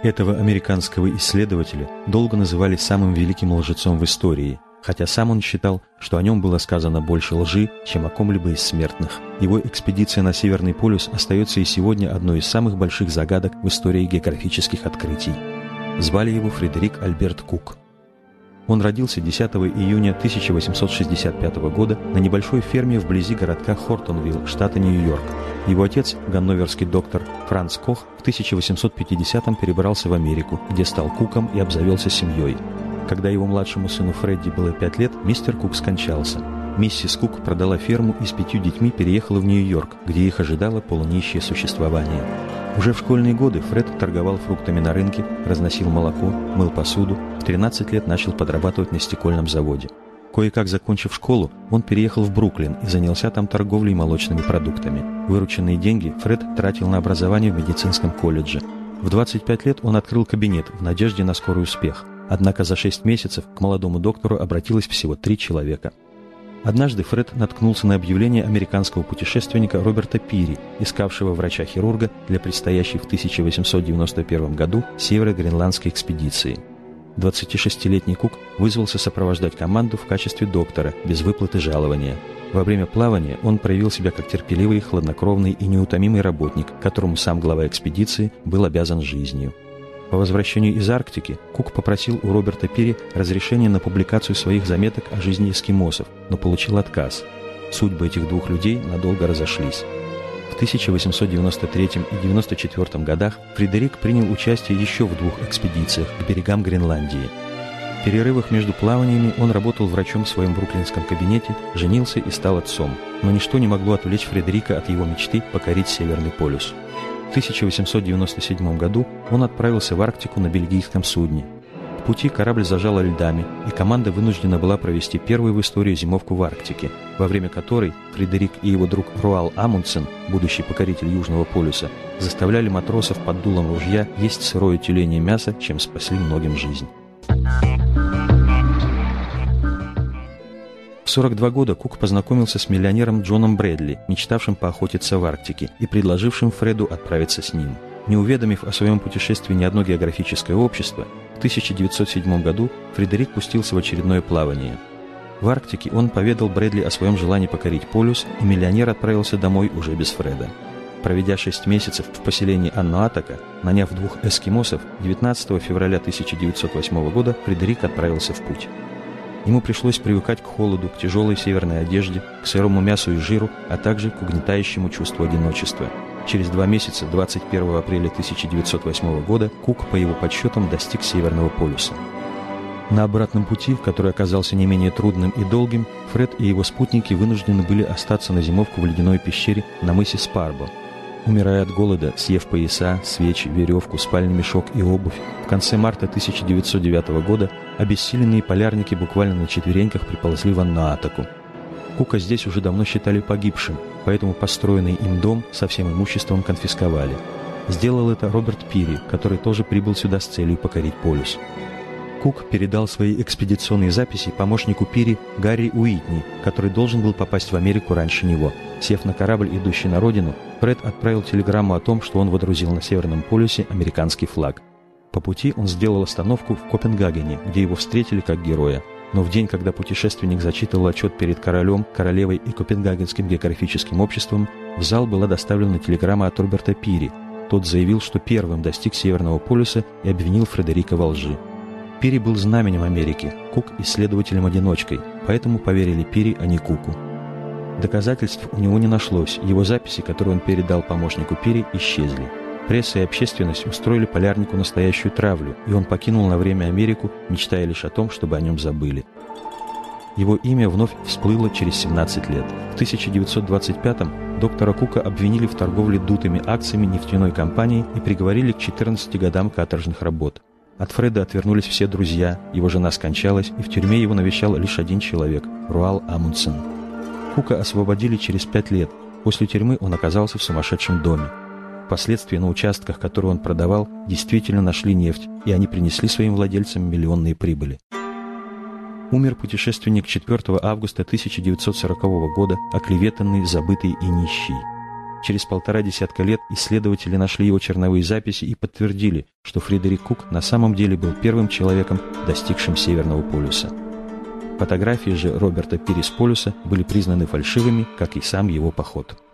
Этого американского исследователя долго называли самым великим лжецом в истории, хотя сам он считал, что о нем было сказано больше лжи, чем о ком-либо из смертных. Его экспедиция на Северный полюс остается и сегодня одной из самых больших загадок в истории географических открытий. Звали его Фредерик Альберт Кук. Он родился 10 июня 1865 года на небольшой ферме вблизи городка Хортонвилл, штата Нью-Йорк. Его отец, ганноверский доктор Франц Кох, в 1850-м перебрался в Америку, где стал Куком и обзавелся семьей. Когда его младшему сыну Фредди было 5 лет, мистер Кук скончался. Миссис Кук продала ферму и с 5 детьми переехала в Нью-Йорк, где их ожидало полунищее существование. Уже в школьные годы Фред торговал фруктами на рынке, разносил молоко, мыл посуду, в 13 лет начал подрабатывать на стекольном заводе. Кое-как закончив школу, он переехал в Бруклин и занялся там торговлей молочными продуктами. Вырученные деньги Фред тратил на образование в медицинском колледже. В 25 лет он открыл кабинет в надежде на скорый успех. Однако за 6 месяцев к молодому доктору обратилось всего 3 человека. Однажды Фред наткнулся на объявление американского путешественника Роберта Пири, искавшего врача-хирурга для предстоящей в 1891 году северо-гренландской экспедиции. 26-летний Кук вызвался сопровождать команду в качестве доктора, без выплаты жалования. Во время плавания он проявил себя как терпеливый, хладнокровный и неутомимый работник, которому сам глава экспедиции был обязан жизнью. По возвращению из Арктики Кук попросил у Роберта Пири разрешения на публикацию своих заметок о жизни эскимосов, но получил отказ. Судьбы этих двух людей надолго разошлись. В 1893 и 1894 годах Фредерик принял участие еще в 2 экспедициях к берегам Гренландии. В перерывах между плаваниями он работал врачом в своем бруклинском кабинете, женился и стал отцом, но ничто не могло отвлечь Фредерика от его мечты покорить Северный полюс. В 1897 году он отправился в Арктику на бельгийском судне. В пути корабль зажало льдами, и команда вынуждена была провести первую в истории зимовку в Арктике, во время которой Фредерик и его друг Руал Амундсен, будущий покоритель Южного полюса, заставляли матросов под дулом ружья есть сырое тюленье мясо, чем спасли многим жизнь. В 42 года Кук познакомился с миллионером Джоном Брэдли, мечтавшим поохотиться в Арктике и предложившим Фреду отправиться с ним. Не уведомив о своем путешествии ни одно географическое общество, в 1907 году Фредерик пустился в очередное плавание. В Арктике он поведал Брэдли о своем желании покорить полюс, и миллионер отправился домой уже без Фреда. Проведя 6 месяцев в поселении Аннуатака, наняв 2 эскимосов, 19 февраля 1908 года Фредерик отправился в путь. Ему пришлось привыкать к холоду, к тяжелой северной одежде, к сырому мясу и жиру, а также к угнетающему чувству одиночества. Через 2 месяца, 21 апреля 1908 года, Кук, по его подсчетам, достиг Северного полюса. На обратном пути, который оказался не менее трудным и долгим, Фред и его спутники вынуждены были остаться на зимовку в ледяной пещере на мысе Спарбо. Умирая от голода, съев пояса, свечи, веревку, спальный мешок и обувь, в конце марта 1909 года обессиленные полярники буквально на четвереньках приползли в Аннуатаку. Кука здесь уже давно считали погибшим, поэтому построенный им дом со всем имуществом конфисковали. Сделал это Роберт Пири, который тоже прибыл сюда с целью покорить полюс. Кук передал свои экспедиционные записи помощнику Пири Гарри Уитни, который должен был попасть в Америку раньше него. Сев на корабль, идущий на родину, Фред отправил телеграмму о том, что он водрузил на Северном полюсе американский флаг. По пути он сделал остановку в Копенгагене, где его встретили как героя. Но в день, когда путешественник зачитывал отчет перед королем, королевой и Копенгагенским географическим обществом, в зал была доставлена телеграмма от Роберта Пири. Тот заявил, что первым достиг Северного полюса и обвинил Фредерика во лжи. Пири был знаменем Америки, Кук – исследователем-одиночкой, поэтому поверили Пири, а не Куку. Доказательств у него не нашлось, его записи, которые он передал помощнику Пири, исчезли. Пресса и общественность устроили полярнику настоящую травлю, и он покинул на время Америку, мечтая лишь о том, чтобы о нем забыли. Его имя вновь всплыло через 17 лет. В 1925-м доктора Кука обвинили в торговле дутыми акциями нефтяной компании и приговорили к 14 годам каторжных работ. От Фреда отвернулись все друзья, его жена скончалась, и в тюрьме его навещал лишь один человек – Руал Амундсен. Кука освободили через 5 лет. После тюрьмы он оказался в сумасшедшем доме. Впоследствии на участках, которые он продавал, действительно нашли нефть, и они принесли своим владельцам миллионные прибыли. Умер путешественник 4 августа 1940 года, оклеветанный, забытый и нищий. Через 1,5 десятка лет исследователи нашли его черновые записи и подтвердили, что Фредерик Кук на самом деле был первым человеком, достигшим Северного полюса. Фотографии же Роберта Пирис Полюса были признаны фальшивыми, как и сам его поход.